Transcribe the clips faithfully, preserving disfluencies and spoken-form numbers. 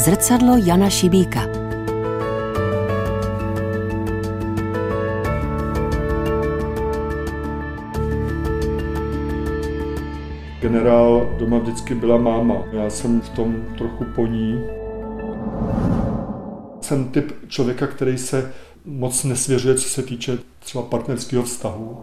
Zrcadlo Jana Šibíka. Generál doma vždycky byla máma. Já jsem v tom trochu po ní. Jsem typ člověka, který se moc nesvěřuje, co se týče třeba partnerského vztahu.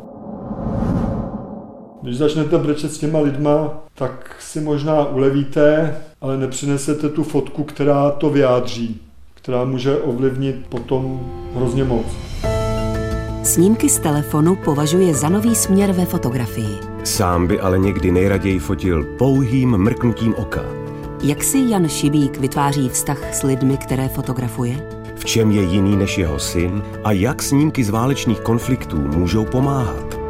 Když začnete brečet s těma lidma, tak si možná ulevíte, ale nepřinesete tu fotku, která to vyjádří, která může ovlivnit potom hrozně moc. Snímky z telefonu považuje za nový směr ve fotografii. Sám by ale někdy nejraději fotil pouhým mrknutím oka. Jak si Jan Šibík vytváří vztah s lidmi, které fotografuje? V čem je jiný než jeho syn a jak snímky z válečných konfliktů můžou pomáhat?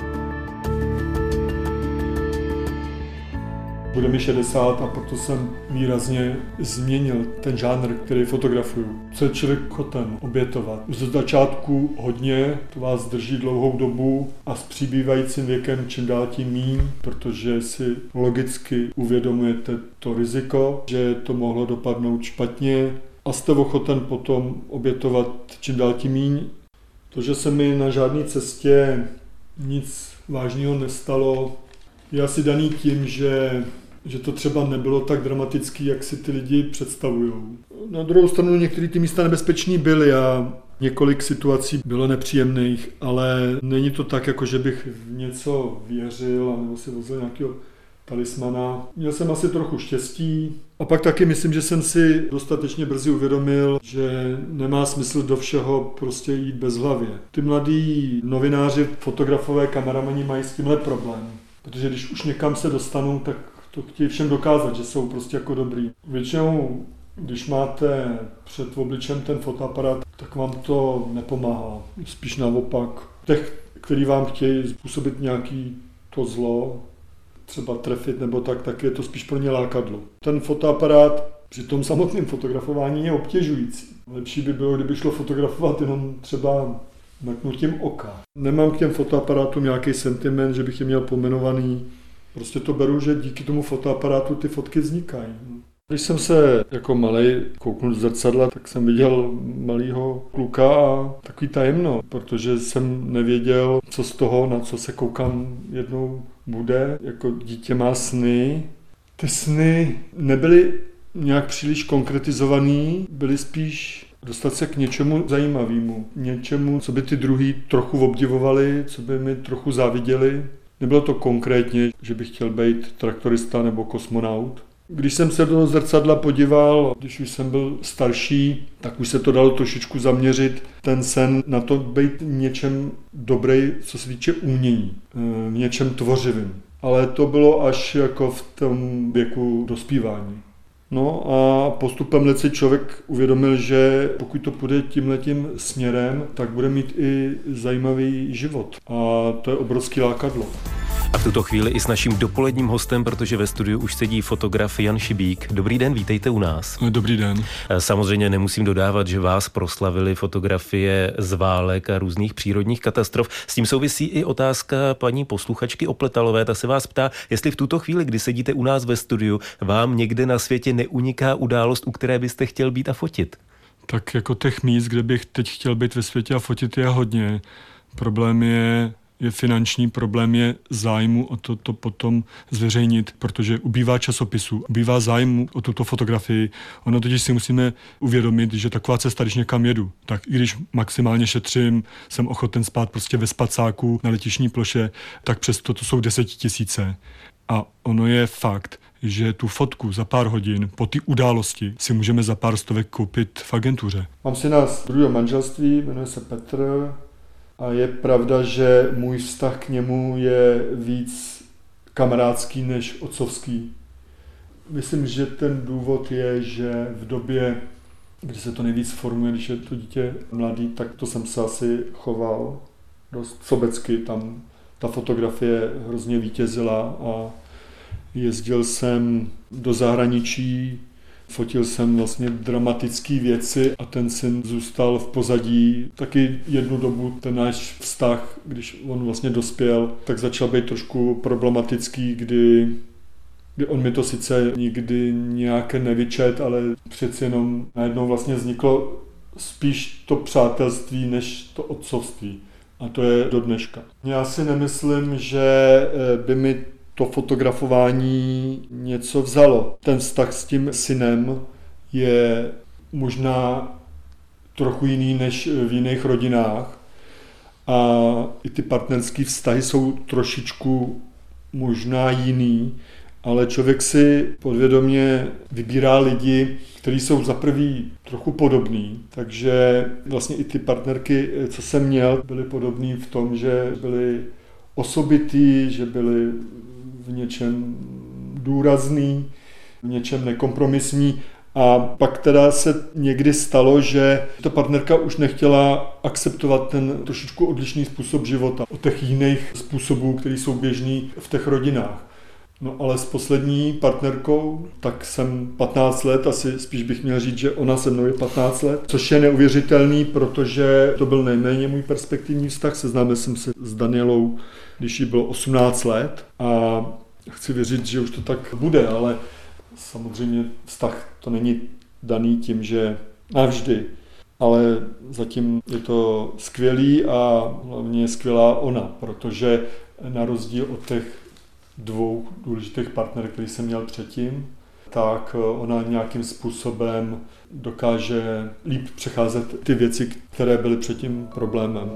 Bude mi šedesát a proto jsem výrazně změnil ten žánr, který fotografuju. Co je člověk choten obětovat. Už ze začátku hodně, to vás drží dlouhou dobu a s přibývajícím věkem čím dál tím míň, protože si logicky uvědomujete to riziko, že to mohlo dopadnout špatně a jste ochoten potom obětovat čím dál tím míň. To, že se mi na žádné cestě nic vážného nestalo, je asi daný tím, že že to třeba nebylo tak dramatický, jak si ty lidi představují. Na druhou stranu některé ty místa nebezpečný byly a několik situací bylo nepříjemných, ale není to tak, jako že bych v něco věřil nebo si vozil nějakého talismana. Měl jsem asi trochu štěstí a pak taky myslím, že jsem si dostatečně brzy uvědomil, že nemá smysl do všeho prostě jít bezhlavě. Ty mladí novináři, fotografové, kameramani mají s tímhle problém, protože když už někam se dostanou, tak to chtějí všem dokázat, že jsou prostě jako dobrý. Většinou, když máte před obličem ten fotoaparát, tak vám to nepomáhá. Spíš naopak. Těch, který vám chtějí způsobit nějaký to zlo, třeba trefit nebo tak, tak je to spíš pro ně lákadlo. Ten fotoaparát při tom samotném fotografování je obtěžující. Lepší by bylo, kdyby šlo fotografovat jenom třeba mrknutím oka. Nemám k těm fotoaparátům nějaký sentiment, že bych je měl pomenovaný. Prostě to beru, že díky tomu fotoaparátu ty fotky vznikají. Když jsem se jako malej kouknul z zrcadla, tak jsem viděl malýho kluka a takový tajemno, protože jsem nevěděl, co z toho, na co se koukám jednou bude. Jako dítě má sny. Ty sny nebyly nějak příliš konkretizovaný, byly spíš dostat se k něčemu zajímavému. Něčemu, co by ty druhý trochu obdivovali, co by mi trochu záviděli. Nebylo to konkrétně, že bych chtěl být traktorista nebo kosmonaut. Když jsem se do zrcadla podíval, když už jsem byl starší, tak už se to dalo trošičku zaměřit, ten sen na to být něčem dobrý, co se týče umění, v něčem tvořivým. Ale to bylo až jako v tom věku dospívání. No a postupem let si člověk uvědomil, že pokud to půjde tímhletím směrem, tak bude mít i zajímavý život. A to je obrovský lákadlo. A v tuto chvíli i s naším dopoledním hostem, protože ve studiu už sedí fotograf Jan Šibík. Dobrý den, vítejte u nás. Dobrý den. Samozřejmě nemusím dodávat, že vás proslavily fotografie z válek a různých přírodních katastrof. S tím souvisí i otázka paní posluchačky Opletalové. Ta se vás ptá, jestli v tuto chvíli, kdy sedíte u nás ve studiu, vám někde na světě neuniká událost, u které byste chtěl být a fotit. Tak jako těch míst, kde bych teď chtěl být ve světě a fotit, je hodně. Problém je je finanční, problém je zájmu o to, to potom zveřejnit, protože ubývá časopisů, ubývá zájmu o tuto fotografii. Ono totiž si musíme uvědomit, že taková cesta, když někam jedu, tak i když maximálně šetřím, jsem ochoten spát prostě ve spacáku na letišní ploše, tak přesto to jsou desetitisíce. A ono je fakt, že tu fotku za pár hodin po ty události si můžeme za pár stovek koupit v agentuře. Mám syna z druhého manželství, jmenuje se Petr. A je pravda, že můj vztah k němu je víc kamarádský než otcovský. Myslím, že ten důvod je, že v době, kdy se to nejvíc formuje, když je to dítě mladý, tak to jsem se asi choval dost sobecky. Tam ta fotografie hrozně vítězila a jezdil jsem do zahraničí, fotil jsem vlastně dramatické věci a ten syn zůstal v pozadí. Taky jednu dobu ten náš vztah, když on vlastně dospěl, tak začal být trošku problematický, kdy kdy on mi to sice nikdy nějak nevyčet, ale přeci jenom najednou vlastně vzniklo spíš to přátelství, než to otcovství. A to je do dneška. Já si nemyslím, že by mi to fotografování něco vzalo. Ten vztah s tím synem je možná trochu jiný než v jiných rodinách. A i ty partnerské vztahy jsou trošičku možná jiný, ale člověk si podvědomě vybírá lidi, kteří jsou za prvý trochu podobný, takže vlastně i ty partnerky, co jsem měl, byly podobný v tom, že byly osobitý, že byly v něčem důrazný, v něčem nekompromisní. A pak teda se někdy stalo, že ta partnerka už nechtěla akceptovat ten trošičku odlišný způsob života od těch jiných způsobů, které jsou běžný v těch rodinách. No ale s poslední partnerkou, tak jsem patnáct let, asi spíš bych měl říct, že ona se mnou je patnáct let, což je neuvěřitelný, protože to byl nejméně můj perspektivní vztah. Seznámil jsem se s Danielou, když jí bylo osmnáct let a chci věřit, že už to tak bude, ale samozřejmě vztah to není daný tím, že navždy, ale zatím je to skvělý a hlavně je skvělá ona, protože na rozdíl od těch dvou důležitých partnerů, který jsem měl předtím, tak ona nějakým způsobem dokáže líp přecházet ty věci, které byly předtím problémem.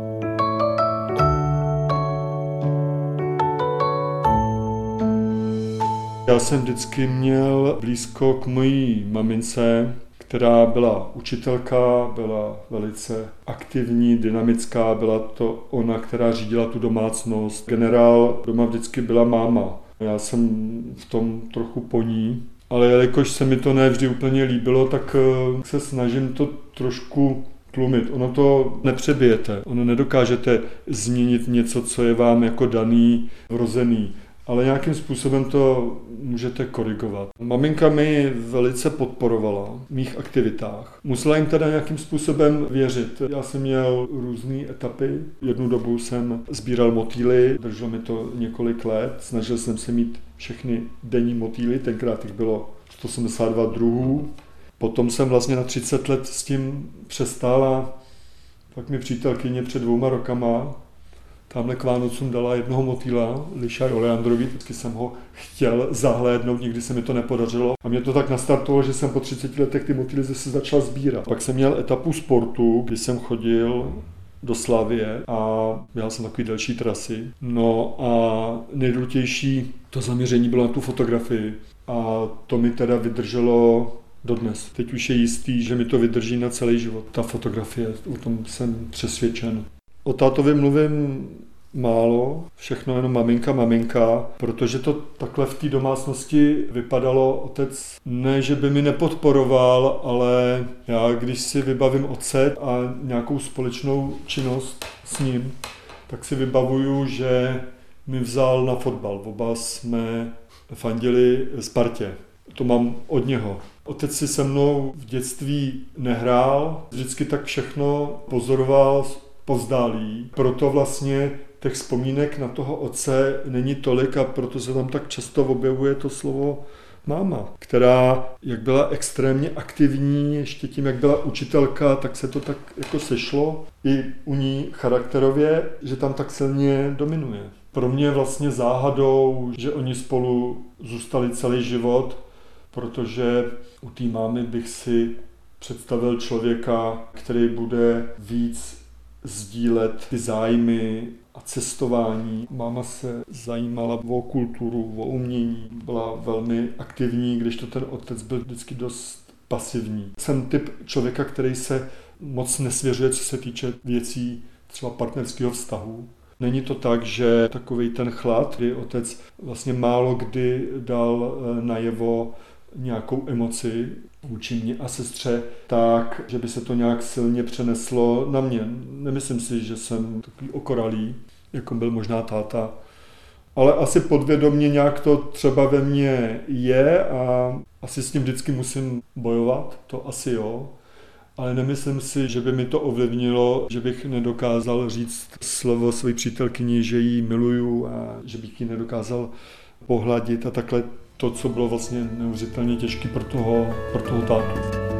Já jsem vždycky měl blízko k mojí mamince, která byla učitelka, byla velice aktivní, dynamická, byla to ona, která řídila tu domácnost. Generál doma vždycky byla máma. Já jsem v tom trochu po ní, ale jelikož se mi to ne vždy úplně líbilo, tak se snažím to trošku tlumit. Ono to nepřebijete, ono nedokážete změnit něco, co je vám jako daný, vrozený. Ale nějakým způsobem to můžete korigovat. Maminka mi velice podporovala v mých aktivitách. Musela jim teda nějakým způsobem věřit. Já jsem měl různé etapy. Jednu dobu jsem sbíral motýly, drželo mi to několik let. Snažil jsem se mít všechny denní motýly, tenkrát jich bylo sto sedmdesát dva druhů. Potom jsem vlastně na třicet let s tím přestal a pak mi přítelkyně před dvouma rokama tamhle k Vánocům dala jednoho motýla, Liša Oleandrovi, vždycky jsem ho chtěl zahlédnout, nikdy se mi to nepodařilo. A mě to tak nastartovalo, že jsem po třiceti letech ty motýly zase začal sbírat. Pak jsem měl etapu sportu, kdy jsem chodil do Slavie a měl jsem takový delší trasy. No a nejdůležitější to zaměření bylo na tu fotografii. A to mi teda vydrželo dodnes. Teď už je jistý, že mi to vydrží na celý život. Ta fotografie, o tom jsem přesvědčen. O tátovi mluvím málo, všechno jenom maminka, maminka, protože to takhle v té domácnosti vypadalo. Otec ne, že by mi nepodporoval, ale já když si vybavím otce a nějakou společnou činnost s ním, tak si vybavuju, že mi vzal na fotbal. Oba jsme fandili Spartě. To mám od něho. Otec si se mnou v dětství nehrál, vždycky tak všechno pozoroval povzdálí. Proto vlastně těch vzpomínek na toho otce není tolik a proto se tam tak často objevuje to slovo máma, která, jak byla extrémně aktivní, ještě tím, jak byla učitelka, tak se to tak jako sešlo i u ní charakterově, že tam tak silně dominuje. Pro mě je vlastně záhadou, že oni spolu zůstali celý život, protože u té mámy bych si představil člověka, který bude víc sdílet ty zájmy a cestování. Máma se zajímala o kulturu, o umění, byla velmi aktivní, když to ten otec byl vždycky dost pasivní. Jsem typ člověka, který se moc nesvěřuje, co se týče věcí třeba partnerského vztahu. Není to tak, že takovej ten chlad, kdy otec vlastně málo kdy dal najevo nějakou emoci vůči mě a sestře, tak, že by se to nějak silně přeneslo na mě. Nemyslím si, že jsem takový okoralý, jako byl možná táta, ale asi podvědomě nějak to třeba ve mně je a asi s tím vždycky musím bojovat, to asi jo, ale nemyslím si, že by mi to ovlivnilo, že bych nedokázal říct slovo své přítelkyni, že ji miluju a že bych ji nedokázal pohladit a takhle to, co bylo vlastně neuvěřitelně těžké pro toho, pro toho tátu.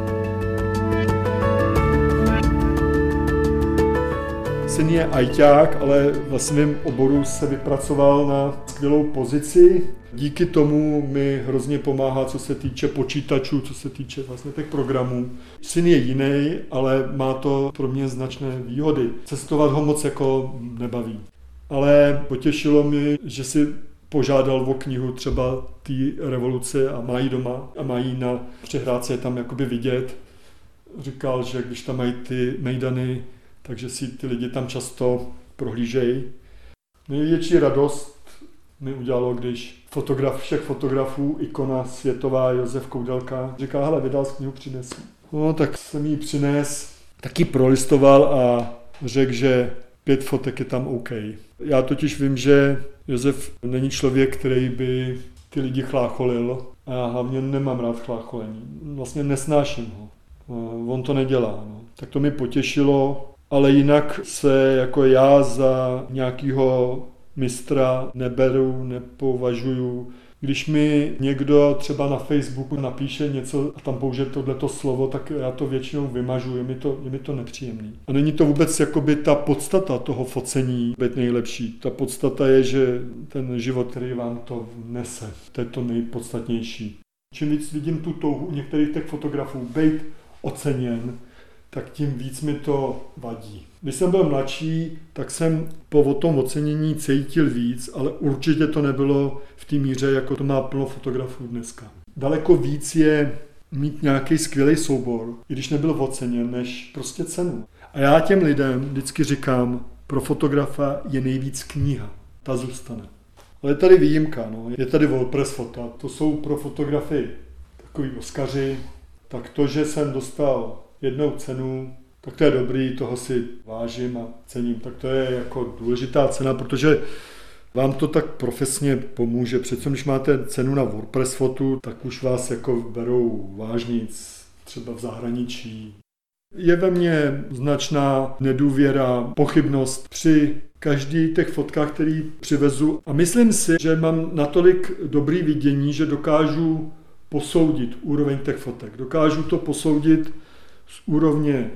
Syn je ajťák, ale v svém oboru se vypracoval na skvělou pozici. Díky tomu mi hrozně pomáhá, co se týče počítačů, co se týče vlastně těch programů. Syn je jiný, ale má to pro mě značné výhody. Cestovat ho moc jako nebaví. Ale potěšilo mi, že si požádal o knihu třeba té revoluce a má ji doma a má ji na přehrádce je tam jakoby vidět. Říkal, že když tam mají ty mejdany, takže si ty lidi tam často prohlížejí. Největší radost mi udělalo, když fotograf všech fotografů, ikona světová Josef Koudelka, říká, hele, vydal z knihu, přines. No, tak jsem ji přines, taky prolistoval a řekl, že pět fotek je tam OK. Já totiž vím, že Josef není člověk, který by ty lidi chlácholil a já hlavně nemám rád chlácholení. Vlastně nesnáším ho. On to nedělá. No. Tak to mi potěšilo, ale jinak se jako já za nějakého mistra neberu, nepovažuju. Když mi někdo třeba na Facebooku napíše něco a tam použije tohleto slovo, tak já to většinou vymažu, je mi to, je mi to nepříjemný. A není to vůbec jakoby ta podstata toho focení být nejlepší. Ta podstata je, že ten život, který vám to nese, to je to nejpodstatnější. Čím víc vidím tu touhu u některých těch fotografů být oceněn, tak tím víc mi to vadí. Když jsem byl mladší, tak jsem po tom ocenění cítil víc, ale určitě to nebylo v té míře, jako to má plno fotografů dneska. Daleko víc je mít nějaký skvělý soubor, i když nebyl oceněn, než prostě cenu. A já těm lidem vždycky říkám, pro fotografa je nejvíc kniha, ta zůstane. Ale je tady výjimka, no. Je tady WordPress fota, to jsou pro fotografy takový Oscaři, tak to, že jsem dostal jednou cenu, tak to je dobrý, toho si vážím a cením. Tak to je jako důležitá cena, protože vám to tak profesně pomůže. Přece když máte cenu na WordPress fotu, tak už vás jako berou vážnic, třeba v zahraničí. Je ve mně značná nedůvěra, pochybnost při každý těch fotkách, který přivezu. A myslím si, že mám natolik dobrý vidění, že dokážu posoudit úroveň těch fotek. Dokážu to posoudit z úrovně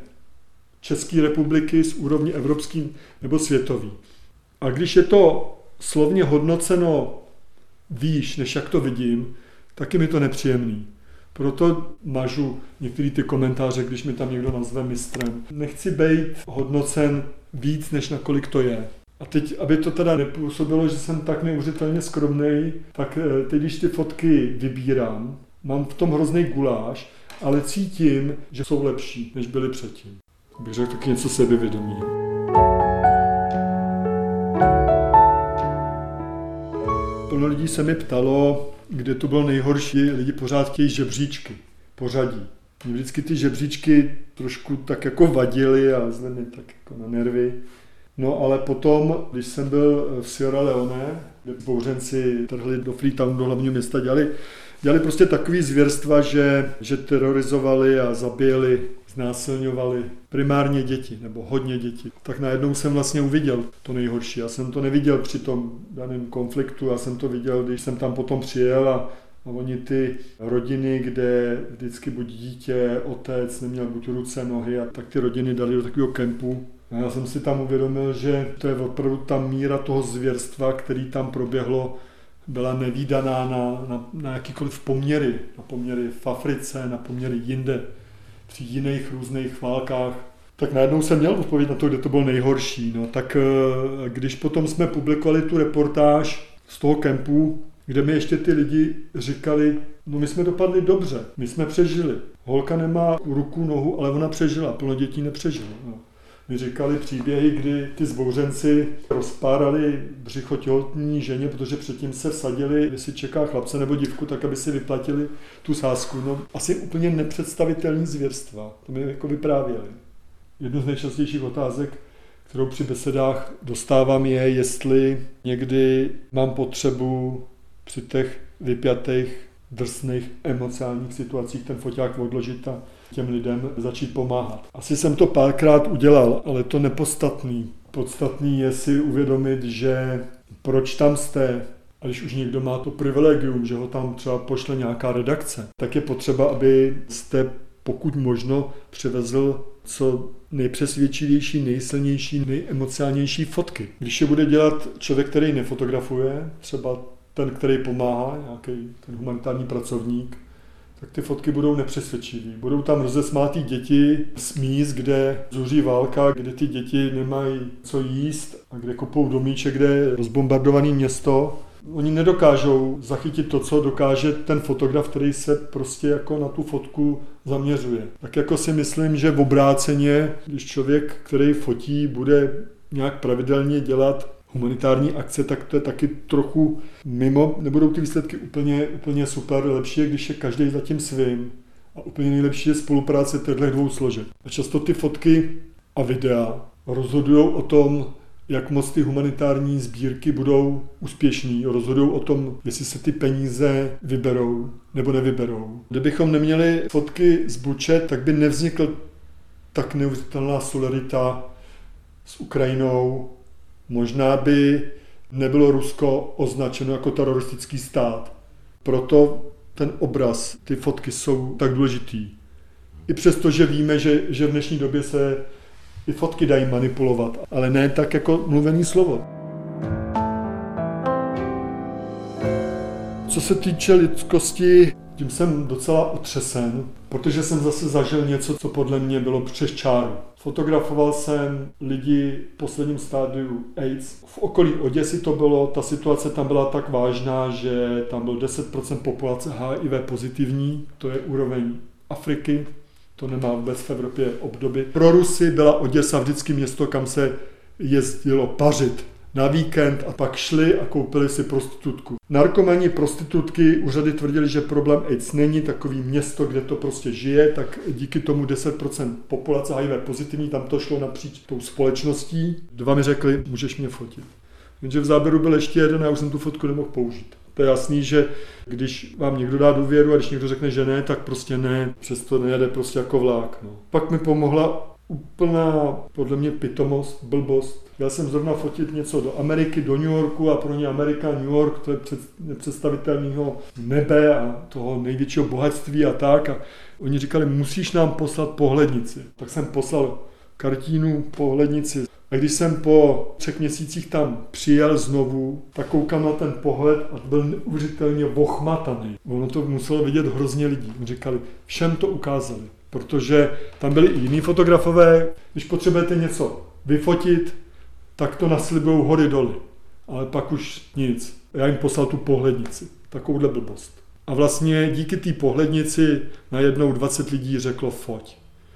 České republiky, z úrovně evropský nebo světový. A když je to slovně hodnoceno výš, než jak to vidím, tak je mi to nepříjemný. Proto mažu některé ty komentáře, když mi tam někdo nazve mistrem. Nechci být hodnocen víc, než nakolik to je. A teď, aby to teda nepůsobilo, že jsem tak neuvěřitelně skromnej, tak teď, když ty fotky vybírám, mám v tom hrozný guláš, ale cítím, že jsou lepší, než byly předtím. Bych řekl taky něco sebevědomí. Plno lidí se mi ptalo, kde to bylo nejhorší. Lidi pořád chtějí žebříčky, pořadí. Mě vždycky ty žebříčky trošku tak jako vadily a zle mi tak jako na nervy. No ale potom, když jsem byl v Sierra Leone, kde bouřenci trhli do Freetownu, do hlavního města, dělali, dělali prostě takový zvěrstva, že, že terorizovali a zabíjeli, znásilňovali primárně děti, nebo hodně dětí. Tak najednou jsem vlastně uviděl to nejhorší. Já jsem to neviděl při tom daném konfliktu, já jsem to viděl, když jsem tam potom přijel a, a oni ty rodiny, kde vždycky buď dítě, otec neměl buď ruce, nohy, a tak ty rodiny dali do takového kempu. A já jsem si tam uvědomil, že to je opravdu ta míra toho zvěrstva, který tam proběhlo, byla nevídaná na, na, na jakýkoliv poměry. Na poměry v Africe, na poměry jinde, při jiných různých válkách. Tak najednou jsem měl odpověď na to, kde to bylo nejhorší. No, tak když potom jsme publikovali tu reportáž z toho kempu, kde mi ještě ty lidi říkali, no my jsme dopadli dobře, my jsme přežili. Holka nemá ruku, nohu, ale ona přežila, plno dětí nepřežilo. No. Mi říkali příběhy, kdy ty zbouřenci rozpárali břicho těhotní ženě, protože předtím se vsadili, jestli čeká chlapce nebo dívku, tak aby si vyplatili tu sázku. No, asi úplně nepředstavitelný zvěrstva, to mi jako vyprávěli. Jednu z nejčastějších otázek, kterou při besedách dostávám, je, jestli někdy mám potřebu při těch vypjatých, drsných, emocionálních situacích ten foťák odložit a těm lidem začít pomáhat. Asi jsem to párkrát udělal, ale to nepodstatný. Podstatný je si uvědomit, že proč tam jste, A když už někdo má to privilegium, že ho tam třeba pošle nějaká redakce, tak je potřeba, aby jste pokud možno přivezl co nejpřesvědčivější, nejsilnější, nejemociálnější fotky. Když je bude dělat člověk, který nefotografuje, třeba ten, který pomáhá, nějaký ten humanitární pracovník, tak ty fotky budou nepřesvědčivý. Budou tam rozesmátý děti z míst, kde zuří válka, kde ty děti nemají co jíst a kde kopou domíček, kde je rozbombardované město. Oni nedokážou zachytit to, co dokáže ten fotograf, který se prostě jako na tu fotku zaměřuje. Tak jako si myslím, že v obráceně, když člověk, který fotí, bude nějak pravidelně dělat humanitární akce, tak to je taky trochu mimo. Nebudou ty výsledky úplně, úplně super. Lepší je, když je každý za tím svým. A úplně nejlepší je spolupráce těchto dvou složek. A často ty fotky a videa rozhodují o tom, jak moc ty humanitární sbírky budou úspěšný. Rozhodují o tom, jestli se ty peníze vyberou nebo nevyberou. Kdybychom neměli fotky z Buče, tak by nevznikla tak neuvěřitelná solidarita s Ukrajinou. Možná by nebylo Rusko označeno jako teroristický stát. Proto ten obraz, ty fotky jsou tak důležitý. I přesto, že víme, že, že v dnešní době se i fotky dají manipulovat, ale ne tak jako mluvený slovo. Co se týče lidskosti, tím jsem docela otřesen, protože jsem zase zažil něco, co podle mě bylo přes čáru. Fotografoval jsem lidi v posledním stádiu AIDS. V okolí Oděsy to bylo, ta situace tam byla tak vážná, že tam byl deset procent populace H I V pozitivní, to je úroveň Afriky, to nemá vůbec v Evropě obdoby. Pro Rusy byla Oděsa vždycky město, kam se jezdilo pařit na víkend a pak šli a koupili si prostitutku. Narkomani, prostitutky, úřady tvrdili, že problém AIDS není takový město, kde to prostě žije, tak díky tomu deset procent populace H I V pozitivní, tam to šlo napříč tou společností. Dva mi řekli, můžeš mě fotit. Jenže v záběru byl ještě jeden a já už jsem tu fotku nemohl použít. To je jasný, že když vám někdo dá důvěru a když někdo řekne, že ne, tak prostě ne, přesto nejede prostě jako vlák. No. Pak mi pomohla úplná, podle mě, pitomost, blbost. Já jsem zrovna fotit něco do Ameriky, do New Yorku a pro ně Amerika, New York, to je nepředstavitelného nebe a toho největšího bohatství a tak. A oni říkali, musíš nám poslat pohlednici. Tak jsem poslal kartínu, pohlednici. A když jsem po třech měsících tam přijel znovu, tak koukám na ten pohled a byl neuvěřitelně ochmataný. Ono to muselo vidět hrozně lidí. Říkali, všem to ukázali, protože tam byli i jiní fotografové. Když potřebujete něco vyfotit, tak to naslibujou hory doly. Ale pak už nic. Já jim poslal tu pohlednici. Takovouhle blbost. A vlastně díky té pohlednici najednou dvacet lidí řeklo foť.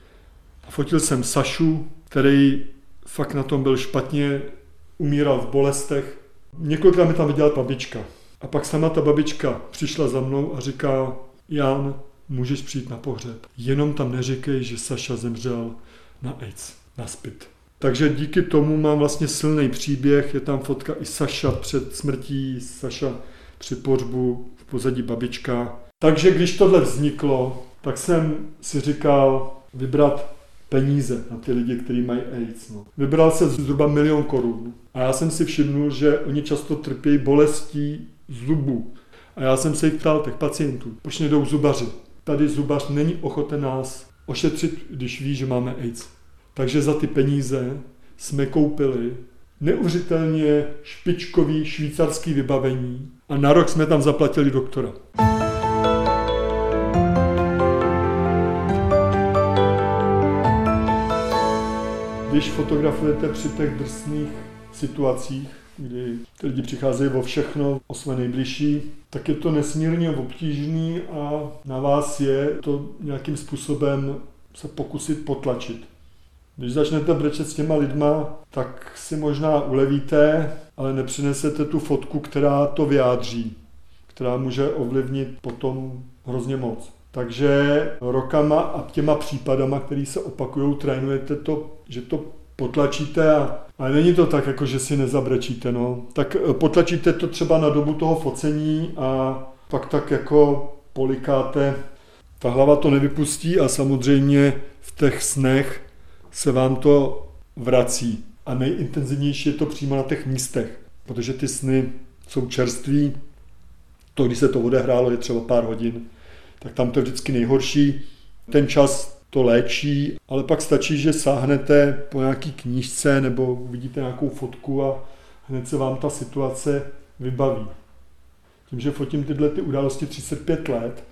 A fotil jsem Sašu, který fakt na tom byl špatně, umíral v bolestech. Několikrát mi tam viděla babička. A pak sama ta babička přišla za mnou a říká, Jan, můžeš přijít na pohřeb. Jenom tam neříkej, že Saša zemřel na AIDS, na spid. Takže díky tomu mám vlastně silný příběh. Je tam fotka i Saša před smrtí, Saša při pohřbu, v pozadí babička. Takže když tohle vzniklo, tak jsem si říkal vybrat peníze na ty lidi, kteří mají AIDS. No. Vybral se zhruba milion korun. A já jsem si všimnul, že oni často trpí bolestí zubů. A já jsem se jich ptal, těch pacientů, proč nejdou zubaři. Tady zubař není ochoten nás ošetřit, když ví, že máme AIDS. Takže za ty peníze jsme koupili neuvěřitelně špičkový švýcarský vybavení a na rok jsme tam zaplatili doktora. Když fotografujete při těch drsných situacích, kdy ty lidi přicházejí o všechno, o své nejbližší, tak je to nesmírně obtížný a na vás je to nějakým způsobem se pokusit potlačit. Když začnete brečet s těma lidma, tak si možná ulevíte, ale nepřinesete tu fotku, která to vyjádří, která může ovlivnit potom hrozně moc. Takže rokama a těma případama, které se opakujou, trénujete to, že to potlačíte, a, ale není to tak, jako že si nezabrečíte. No. Tak potlačíte to třeba na dobu toho focení a pak tak jako polikáte. Ta hlava to nevypustí a samozřejmě v těch snech se vám to vrací. A nejintenzivnější je to přímo na těch místech, protože ty sny jsou čerství, to, když se to odehrálo, je třeba pár hodin, tak tam to je vždycky nejhorší. Ten čas to léčí, ale pak stačí, že sáhnete po nějaký knížce nebo vidíte nějakou fotku a hned se vám ta situace vybaví. Tím, že fotím tyhle ty události třicet pět let,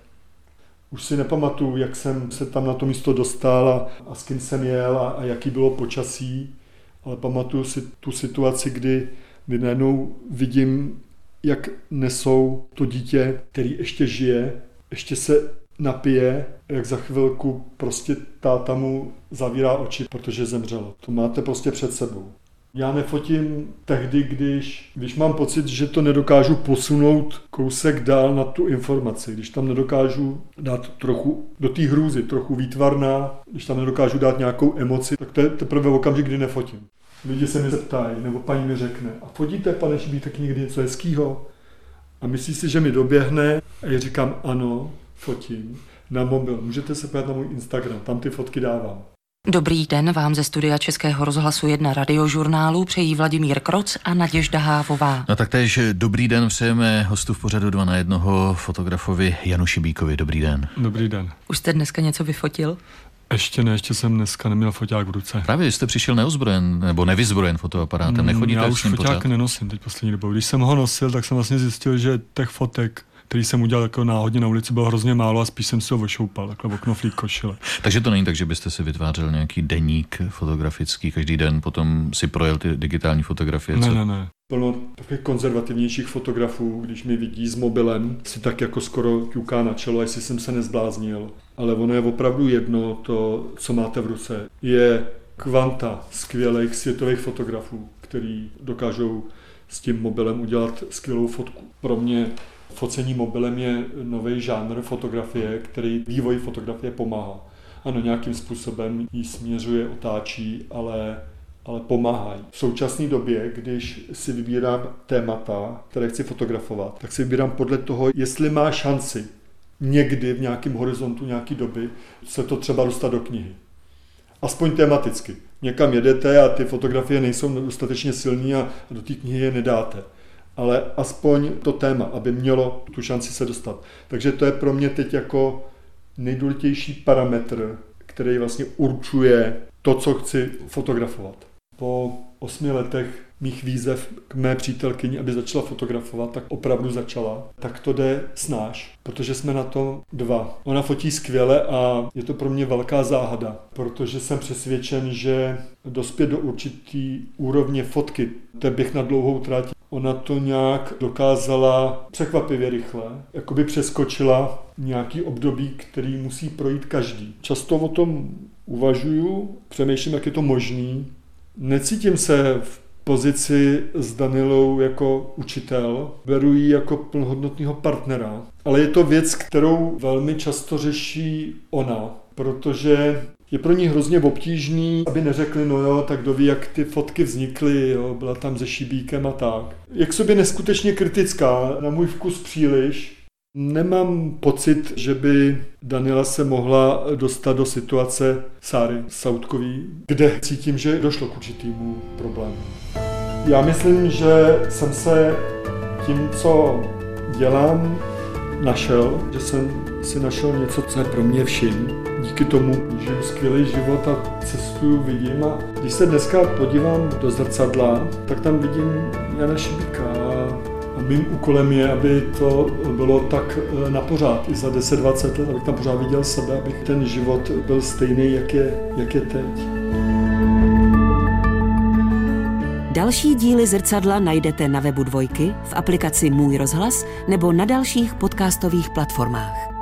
už si nepamatuju, jak jsem se tam na to místo dostal a, a s kým jsem jel a, a jaký bylo počasí, ale pamatuju si tu situaci, kdy, kdy najednou vidím, jak nesou to dítě, který ještě žije, ještě se napije, jak za chvilku prostě táta mu zavírá oči, protože zemřelo. To máte prostě před sebou. Já nefotím tehdy, když, když mám pocit, že to nedokážu posunout kousek dál na tu informaci, když tam nedokážu dát trochu do té hrůzy, trochu výtvarná, když tam nedokážu dát nějakou emoci, tak to je teprve okamžik, kdy nefotím. Lidi se mi zeptají, nebo paní mi řekne, a fotíte, pane Šibítek, někdy něco hezkýho? A myslí si, že mi doběhne a já říkám, ano, fotím na mobil. Můžete se podívat na můj Instagram, tam ty fotky dávám. Dobrý den vám ze studia Českého rozhlasu jedna radiožurnálu přejí Vladimír Kroc a Naděžda Hávová. No tak též dobrý den přejeme hostu v pořadu dva na jednoho, fotografovi Janu Šibíkovi. Dobrý den. Dobrý den. Už jste dneska něco vyfotil? Ještě ne, ještě jsem dneska neměl foťák v ruce. Právě jste přišel neozbrojen nebo nevyzbrojen fotoaparátem, nechodíte Já už s ním foťák pořád? nenosím teď poslední dobou. Když jsem ho nosil, tak jsem vlastně zjistil, že těch fotek, který jsem udělal jako náhodně na ulici, bylo hrozně málo a spíš jsem si ho ošoupal, takhle v knoflík košile. Takže to není tak, že byste si vytvářel nějaký deník fotografický, každý den potom si projel ty digitální fotografie? Ne, co? ne, ne. Plno takových konzervativnějších fotografů, když mi vidí s mobilem, si tak jako skoro ťuká na čelo, jestli jsem se nezbláznil. Ale ono je opravdu jedno, to, co máte v ruce. Je kvanta skvělých světových fotografů, který dokážou s tím mobilem udělat skvělou fotku. Pro mě focení mobilem je nový žánr fotografie, který vývoji fotografie pomáhá. Ano, nějakým způsobem jí směřuje, otáčí, ale, ale pomáhají. V současné době, když si vybírám témata, které chci fotografovat, tak si vybírám podle toho, jestli má šanci někdy v nějakém horizontu nějaké doby se to třeba dostat do knihy. Aspoň tematicky. Někam jedete a ty fotografie nejsou dostatečně silný a do té knihy je nedáte. Ale aspoň to téma, aby mělo tu šanci se dostat. Takže to je pro mě teď jako nejdůležitější parametr, který vlastně určuje to, co chci fotografovat. Po osmi letech mých výzev k mé přítelkyni, aby začala fotografovat, tak opravdu začala. Tak to jde snáš, protože jsme na to dva. Ona fotí skvěle a je to pro mě velká záhada, protože jsem přesvědčen, že dospět do určitý úrovně fotky, to je běh na dlouhou trať. Ona to nějak dokázala překvapivě rychle, jakoby přeskočila nějaký období, který musí projít každý. Často o tom uvažuju, přemýšlím, jak je to možný. Necítím se v pozici s Danilou jako učitel, beru ji jako plnohodnotného partnera, ale je to věc, kterou velmi často řeší ona, protože je pro ní hrozně obtížný, aby neřekli, no jo, tak kdo ví, jak ty fotky vznikly, jo, byla tam se Šibíkem a tak. Je k sobě neskutečně kritická, na můj vkus příliš. Nemám pocit, že by Danila se mohla dostat do situace Sáry Sautkový, kde cítím, že došlo k určitýmu problému. Já myslím, že jsem se tím, co dělám, našel, že jsem si našel něco, co je pro mě vším. Díky tomu žiju skvělý život a cestuju, vidím a když se dneska podívám do zrcadla, tak tam vidím Jana Šibíka a mým úkolem je, aby to bylo tak na pořád i za deset dvacet let, abych tam pořád viděl sebe, abych ten život byl stejný, jak je, jak je teď. Další díly Zrcadla najdete na webu Dvojky, v aplikaci Můj rozhlas nebo na dalších podcastových platformách.